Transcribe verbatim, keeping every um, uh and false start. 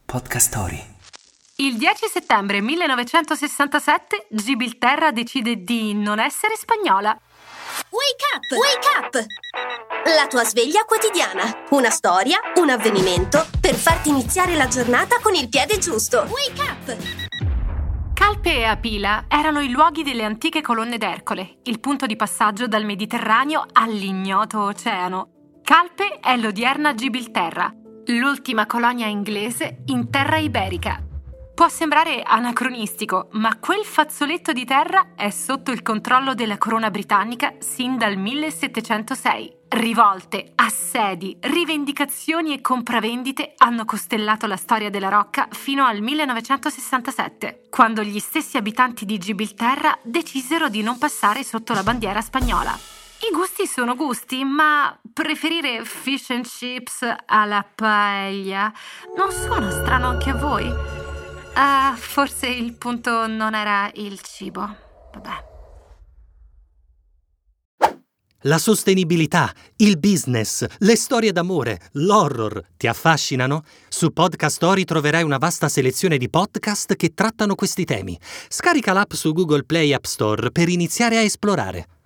Podcast Story. Il dieci settembre millenovecentosessantasette Gibilterra decide di non essere spagnola. Wake up! Wake up! La tua sveglia quotidiana. Una storia, un avvenimento per farti iniziare la giornata con il piede giusto. Wake up! Calpe e Apila erano i luoghi delle antiche colonne d'Ercole, il punto di passaggio dal Mediterraneo all'ignoto oceano. Calpe è l'odierna Gibilterra, l'ultima colonia inglese in terra iberica. Può sembrare anacronistico, ma quel fazzoletto di terra è sotto il controllo della corona britannica sin dal millesettecentosei. Rivolte, assedi, rivendicazioni e compravendite hanno costellato la storia della Rocca fino al millenovecentosessantasette, quando gli stessi abitanti di Gibilterra decisero di non passare sotto la bandiera spagnola. I gusti sono gusti, ma preferire fish and chips alla paella non suona strano anche a voi? Ah, forse il punto non era il cibo. Vabbè. La sostenibilità, il business, le storie d'amore, l'horror ti affascinano? Su Podcast Story troverai una vasta selezione di podcast che trattano questi temi. Scarica l'app su Google Play App Store per iniziare a esplorare.